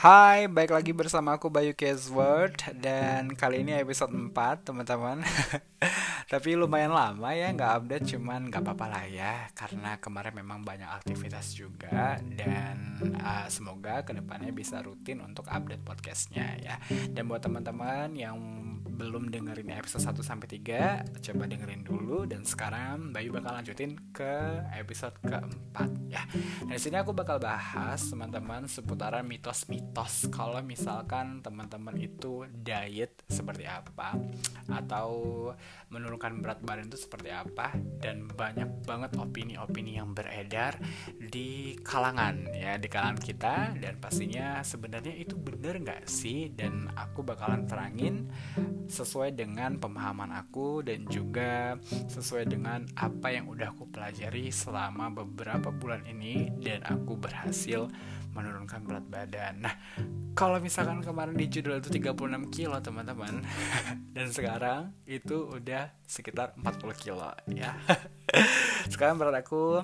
Hai, baik lagi bersama aku Bayu Kesword dan kali ini episode 4 teman-teman. Tapi lumayan lama ya nggak update, cuman nggak apa-apa lah ya karena kemarin memang banyak aktivitas juga dan semoga kedepannya bisa rutin untuk update podcastnya ya. Dan buat teman-teman yang belum dengerin episode 1 sampai 3, coba dengerin dulu dan sekarang Bayu bakal lanjutin ke episode keempat ya. Nah, di sini aku bakal bahas teman-teman seputaran mitos-mitos kalau misalkan teman-teman itu diet seperti apa atau menurunkan berat badan itu seperti apa, dan banyak banget opini-opini yang beredar di kalangan ya, di kalangan kita, dan pastinya sebenarnya itu bener nggak sih, dan aku bakalan terangin sesuai dengan pemahaman aku dan juga sesuai dengan apa yang udah aku pelajari selama beberapa bulan ini dan aku berhasil menurunkan berat badan. Nah, kalau misalkan kemarin di judul itu 36 kilo teman-teman dan sekarang itu udah sekitar 40 kilo ya. Sekarang berat aku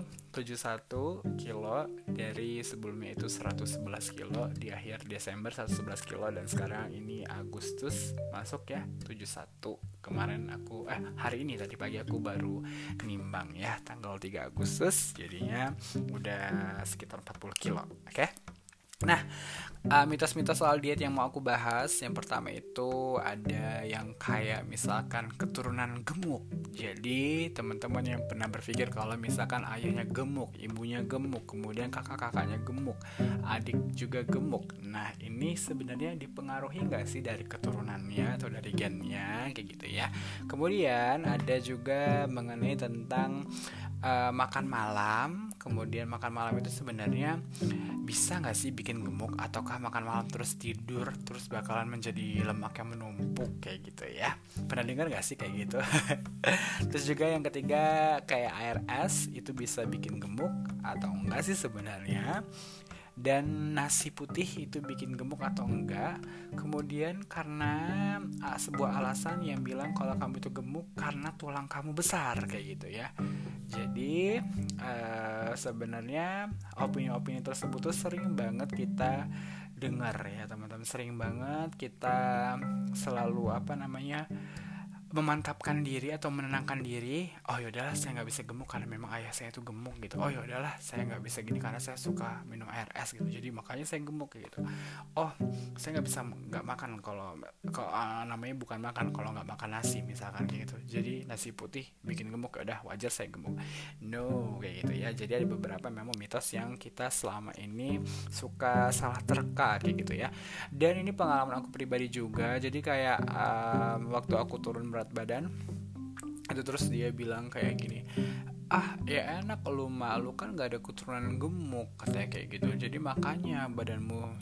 71 kilo, dari sebelumnya itu 111 kilo di akhir Desember, 111 kilo, dan sekarang ini Agustus masuk ya 71. Kemarin aku hari ini tadi pagi aku baru nimbang ya tanggal 3 Agustus, jadinya udah sekitar 40 kilo. Oke. Nah, mitos-mitos soal diet yang mau aku bahas, yang pertama itu ada yang kayak misalkan keturunan gemuk. Jadi teman-teman yang pernah berpikir kalau misalkan ayahnya gemuk, ibunya gemuk, kemudian kakak-kakaknya gemuk, adik juga gemuk. Nah, ini sebenarnya dipengaruhi nggak sih dari keturunannya atau dari gennya kayak gitu ya. Kemudian ada juga mengenai tentang makan malam. Kemudian makan malam itu sebenarnya bisa nggak sih bikin gemuk, ataukah makan malam terus tidur terus bakalan menjadi lemak yang menumpuk kayak gitu ya. Pernah dengar nggak sih kayak gitu? Terus juga yang ketiga kayak air es itu bisa bikin gemuk atau enggak sih sebenarnya, dan nasi putih itu bikin gemuk atau enggak. Kemudian karena sebuah alasan yang bilang kalau kamu itu gemuk karena tulang kamu besar kayak gitu ya. Jadi sebenarnya opini-opini tersebut tuh sering banget kita dengar ya teman-teman, sering banget kita selalu memantapkan diri atau menenangkan diri. Oh yaudahlah, saya nggak bisa gemuk karena memang ayah saya itu gemuk gitu. Oh yaudahlah, saya nggak bisa gini karena saya suka minum air es gitu, jadi makanya saya gemuk gitu. Oh, saya nggak bisa nggak makan kalau namanya bukan makan kalau nggak makan nasi misalkan kayak gitu, jadi nasi putih bikin gemuk, ya udah wajar saya gemuk. No, kayak gitu ya. Jadi ada beberapa memang mitos yang kita selama ini suka salah terka kayak gitu ya. Dan ini pengalaman aku pribadi juga. Jadi kayak waktu aku turun berat badan itu, terus dia bilang kayak gini, ya enak lu malu kan gak ada keturunan gemuk katanya kayak gitu, jadi makanya badanmu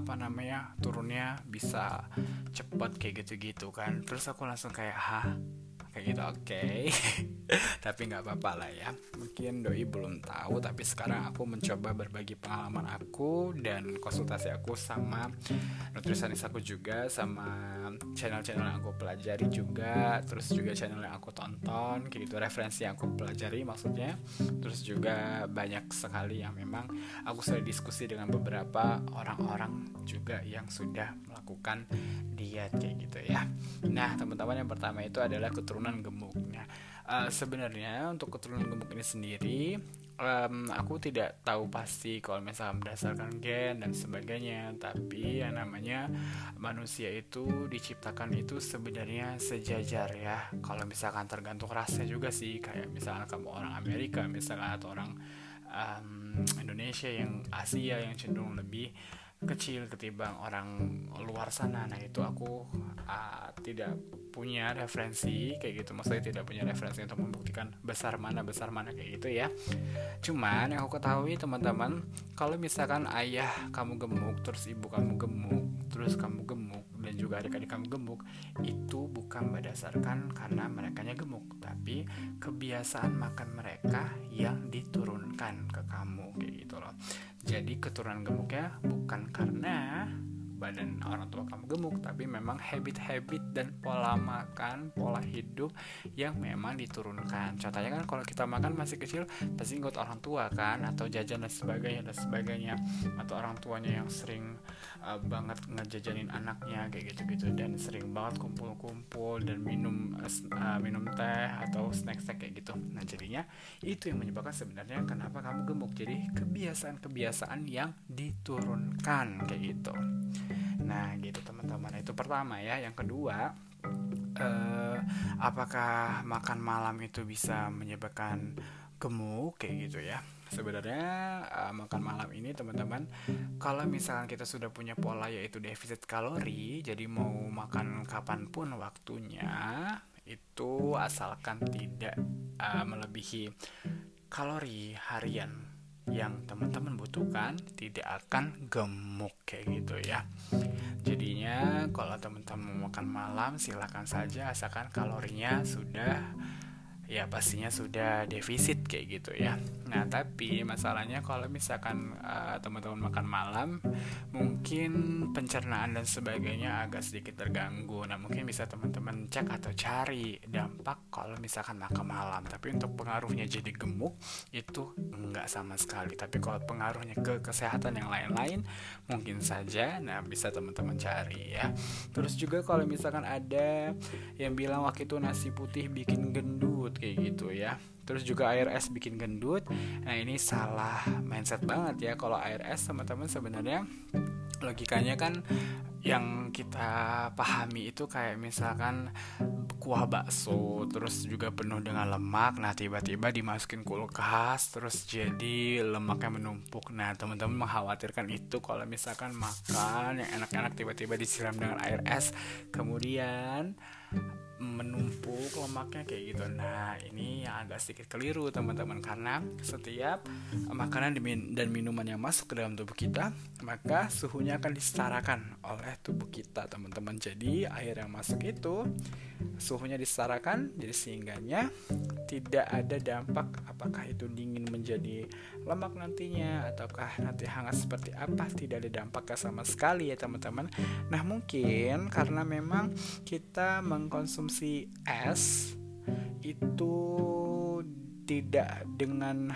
turunnya bisa cepet kayak gitu-gitu kan. Terus aku langsung kayak kayak gitu. Oke. Tapi nggak apa-apa lah ya, mungkin doi belum tahu, tapi sekarang aku mencoba berbagi pengalaman aku dan konsultasi aku sama nutrisionis aku juga, sama channel-channel yang aku pelajari juga, terus juga channel yang aku tonton kayak gitu, referensi yang aku pelajari maksudnya. Terus juga banyak sekali yang memang aku sudah diskusi dengan beberapa orang-orang juga yang sudah melakukan diet kayak gitu ya. Nah teman-teman, yang pertama itu adalah keturunan gemuknya. Sebenarnya untuk keturunan gemuk ini sendiri, aku tidak tahu pasti kalau misalnya berdasarkan gen dan sebagainya, tapi yang namanya manusia itu diciptakan itu sebenarnya sejajar ya. Kalau misalkan tergantung rasnya juga sih, kayak misalnya kamu orang Amerika misalnya, atau orang Indonesia yang Asia yang cenderung lebih kecil ketimbang orang luar sana. Nah itu aku tidak punya referensi kayak gitu, maksudnya tidak punya referensi untuk membuktikan besar mana kayak gitu ya. Cuman yang aku ketahui teman-teman, kalau misalkan ayah kamu gemuk, terus ibu kamu gemuk, terus kamu gemuk, dan juga adik-adik kamu gemuk, itu bukan berdasarkan karena merekanya gemuk, tapi kebiasaan makan mereka yang diturunkan ke kamu kayak gitu loh. Jadi keturunan gemuknya bukan karena badan orang tua kamu gemuk, tapi memang habit-habit dan pola makan, pola hidup yang memang diturunkan. Contohnya kan kalau kita makan masih kecil pasti ikut orang tua kan, atau jajan dan sebagainya, atau orang tuanya yang sering banget ngejajanin anaknya kayak gitu-gitu, dan sering banget kumpul-kumpul dan minum teh atau snack-snack kayak gitu. Nah jadinya itu yang menyebabkan sebenarnya kenapa kamu gemuk. Jadi kebiasaan-kebiasaan yang diturunkan kayak gitu. Nah gitu teman-teman, itu pertama ya. Yang kedua, apakah makan malam itu bisa menyebabkan gemuk kayak gitu ya. Sebenarnya makan malam ini teman-teman, kalau misalkan kita sudah punya pola yaitu defisit kalori, jadi mau makan kapanpun waktunya, itu asalkan tidak melebihi kalori harian yang teman-teman butuhkan, tidak akan gemuk kayak gitu ya. Jadinya kalau teman-teman mau makan malam silakan saja, asalkan kalorinya sudah, ya pastinya sudah defisit kayak gitu ya. Nah tapi masalahnya kalau misalkan teman-teman makan malam, mungkin pencernaan dan sebagainya agak sedikit terganggu. Nah mungkin bisa teman-teman cek atau cari dampak kalau misalkan makan malam. Tapi untuk pengaruhnya jadi gemuk itu enggak sama sekali. Tapi kalau pengaruhnya ke kesehatan yang lain-lain mungkin saja. Nah bisa teman-teman cari ya. Terus juga kalau misalkan ada yang bilang waktu itu nasi putih bikin gendut kayak gitu ya, terus juga air es bikin gendut. Nah ini salah mindset banget ya. Kalau air es teman-teman sebenarnya logikanya kan yang kita pahami itu kayak misalkan kuah bakso terus juga penuh dengan lemak, nah tiba-tiba dimasukin kulkas terus jadi lemaknya menumpuk. Nah teman-teman mengkhawatirkan itu kalau misalkan makan yang enak-enak tiba-tiba disiram dengan air es kemudian menumpuk lemaknya kayak gitu. Nah ini yang agak sedikit keliru teman-teman, karena setiap makanan dan minuman yang masuk ke dalam tubuh kita maka suhunya akan disetarakan oleh tubuh kita teman-teman. Jadi air yang masuk itu suhunya disetarakan, jadi sehingganya tidak ada dampak apakah itu dingin menjadi lemak nantinya ataukah nanti hangat seperti apa, tidak ada dampaknya sama sekali ya teman-teman. Nah mungkin karena memang kita mengkonsumsi es itu tidak dengan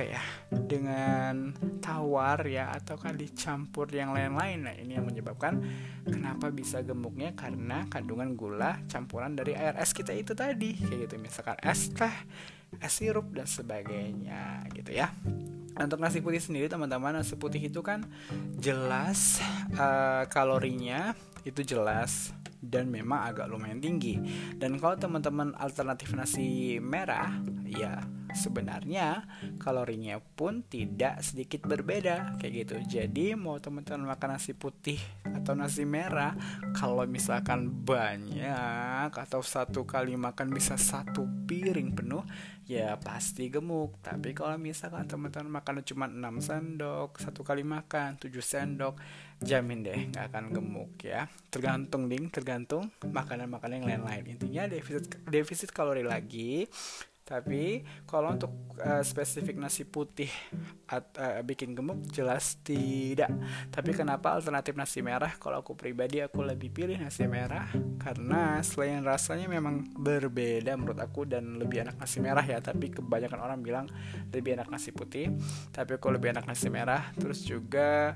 dengan tawar ya, ataukah dicampur yang lain-lain. Nah ini yang menyebabkan kenapa bisa gemuknya, karena kandungan gula campuran dari air es kita itu tadi kayak gitu, misalkan es teh, es sirup dan sebagainya gitu ya. Untuk nasi putih sendiri teman-teman, nasi putih itu kan jelas kalorinya itu jelas dan memang agak lumayan tinggi. Dan kalau teman-teman alternatif nasi merah, ya sebenarnya kalorinya pun tidak sedikit berbeda kayak gitu. Jadi mau teman-teman makan nasi putih atau nasi merah, kalau misalkan banyak atau satu kali makan bisa 1 piring penuh, ya pasti gemuk. Tapi kalau misalkan teman-teman makan cuma 6 sendok, 1 kali makan 7 sendok, jamin deh gak akan gemuk ya. Tergantung makanan-makanan yang lain-lain. Intinya defisit kalori lagi. Tapi kalau untuk spesifik nasi putih bikin gemuk, jelas tidak. Tapi kenapa alternatif nasi merah? Kalau aku pribadi aku lebih pilih nasi merah, karena selain rasanya memang berbeda menurut aku dan lebih enak nasi merah ya. Tapi kebanyakan orang bilang lebih enak nasi putih, tapi aku lebih enak nasi merah. Terus juga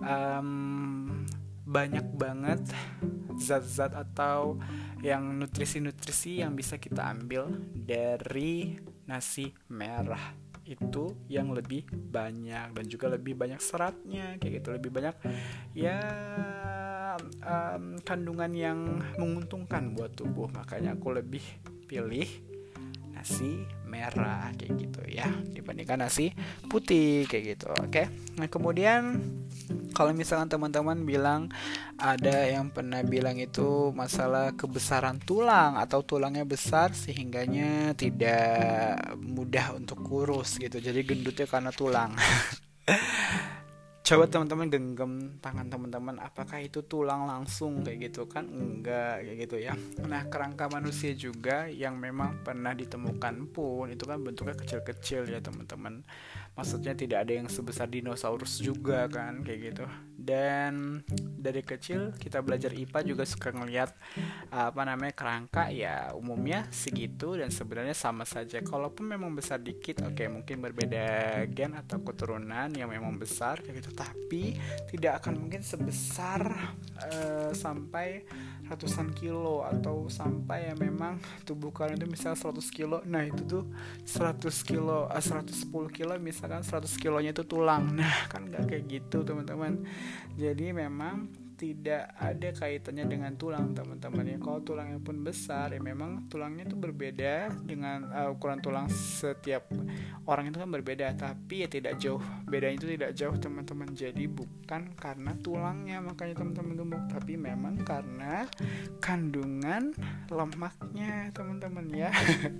banyak banget zat-zat atau yang nutrisi-nutrisi yang bisa kita ambil dari nasi merah itu yang lebih banyak dan juga lebih banyak seratnya kayak gitu, lebih banyak ya kandungan yang menguntungkan buat tubuh. Makanya aku lebih pilih nasi merah kayak gitu ya dibandingkan nasi putih kayak gitu. Oke. Nah kemudian kalau misalkan teman-teman bilang, ada yang pernah bilang itu masalah kebesaran tulang atau tulangnya besar sehingganya tidak mudah untuk kurus gitu, jadi gendutnya karena tulang. Coba teman-teman genggam tangan teman-teman, apakah itu tulang langsung kayak gitu kan? Enggak kayak gitu ya. Nah, kerangka manusia juga yang memang pernah ditemukan pun itu kan bentuknya kecil-kecil ya teman-teman. Maksudnya tidak ada yang sebesar dinosaurus juga kan kayak gitu. Dan dari kecil kita belajar IPA juga suka ngelihat kerangka ya umumnya segitu dan sebenarnya sama saja. Kalaupun memang besar dikit, oke, mungkin berbeda gen atau keturunan yang memang besar kayak gitu, tapi tidak akan mungkin sebesar sampai ratusan kilo atau sampai ya memang tubuh kalian itu misalnya 100 kilo. Nah, itu tuh 100 kilo 110 kilo misalkan 100 kilonya itu tulang. Nah, kan nggak kayak gitu teman-teman. Jadi memang tidak ada kaitannya dengan tulang teman-teman ya. Kalau tulangnya pun besar ya memang tulangnya itu berbeda dengan ukuran tulang setiap orang itu kan berbeda, tapi ya tidak jauh, bedanya itu tidak jauh teman-teman. Jadi bukan karena tulangnya makanya teman-teman gemuk, tapi memang karena kandungan lemaknya teman-teman ya.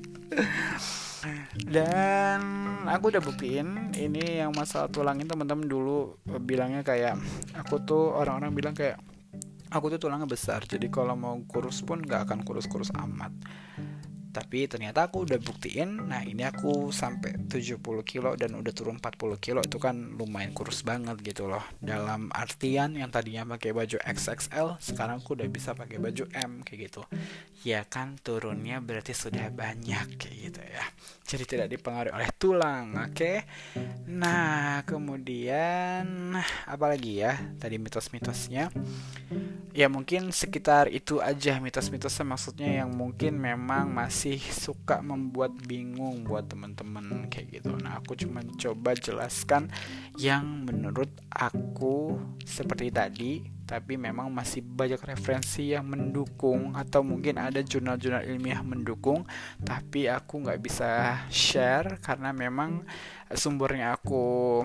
Dan aku udah buktiin ini yang masalah tulangnya teman-teman. Dulu bilangnya kayak aku tuh, orang-orang bilang kayak aku tuh tulangnya besar, jadi kalau mau kurus pun gak akan kurus-kurus amat. Tapi ternyata aku udah buktiin. Nah, ini aku sampai 70 kilo dan udah turun 40 kilo. Itu kan lumayan kurus banget gitu loh. Dalam artian yang tadinya pakai baju XXL, sekarang aku udah bisa pakai baju M kayak gitu. Ya kan, turunnya berarti sudah banyak kayak gitu ya. Jadi tidak dipengaruhi oleh tulang, oke? Nah, kemudian apa lagi ya? Tadi mitos-mitosnya. Ya mungkin sekitar itu aja mitos-mitosnya, maksudnya yang mungkin memang masih suka membuat bingung buat teman-teman kayak gitu. Nah, aku cuma coba jelaskan yang menurut aku seperti tadi, tapi memang masih banyak referensi yang mendukung atau mungkin ada jurnal-jurnal ilmiah mendukung, tapi aku nggak bisa share karena memang sumbernya aku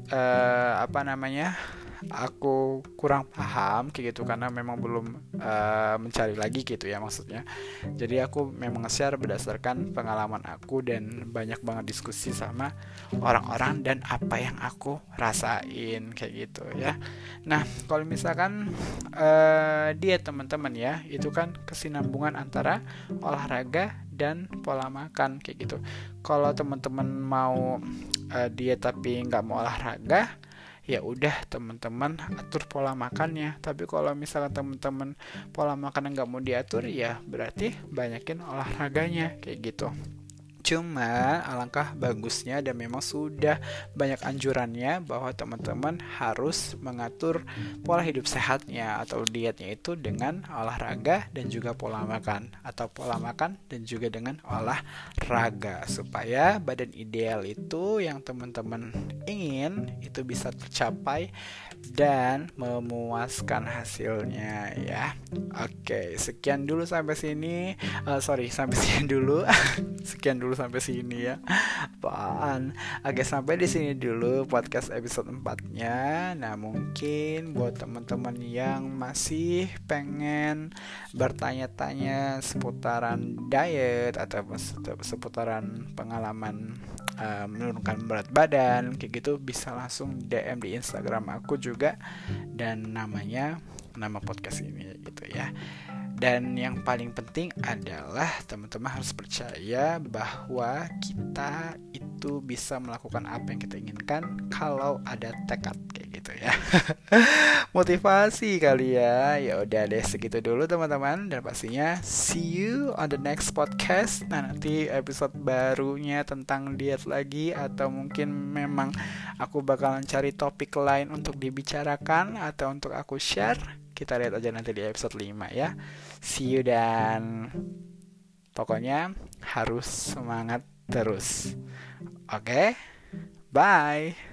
aku kurang paham kayak gitu, karena memang belum mencari lagi gitu ya maksudnya. Jadi aku memang share berdasarkan pengalaman aku dan banyak banget diskusi sama orang-orang dan apa yang aku rasain kayak gitu ya. Nah, kalau misalkan diet teman-teman ya, itu kan kesinambungan antara olahraga dan pola makan kayak gitu. Kalau teman-teman mau diet tapi nggak mau olahraga, ya udah teman-teman atur pola makannya. Tapi kalau misalkan teman-teman pola makan nggak mau diatur, ya berarti banyakin olahraganya kayak gitu. Cuma alangkah bagusnya dan memang sudah banyak anjurannya bahwa teman-teman harus mengatur pola hidup sehatnya atau dietnya itu dengan olahraga dan juga pola makan, atau pola makan dan juga dengan olahraga, supaya badan ideal itu yang teman-teman ingin itu bisa tercapai dan memuaskan hasilnya ya. Oke, sekian dulu sampai sini. Sampai sini dulu. Sekian dulu sampai sini ya. Apaan? Oke, sampai di sini dulu podcast episode 4-nya. Nah, mungkin buat teman-teman yang masih pengen bertanya-tanya seputaran diet atau seputaran pengalaman menurunkan berat badan kayak gitu, bisa langsung DM di Instagram aku juga, dan nama podcast ini gitu ya. Dan yang paling penting adalah teman-teman harus percaya bahwa kita itu bisa melakukan apa yang kita inginkan kalau ada tekad kayak gitu ya. Motivasi kali ya. Ya udah deh, segitu dulu teman-teman, dan pastinya see you on the next podcast. Nah, nanti episode barunya tentang diet lagi, atau mungkin memang aku bakalan cari topik lain untuk dibicarakan atau untuk aku share. Kita lihat aja nanti di episode 5 ya. See you, dan pokoknya harus semangat terus. Oke? Bye.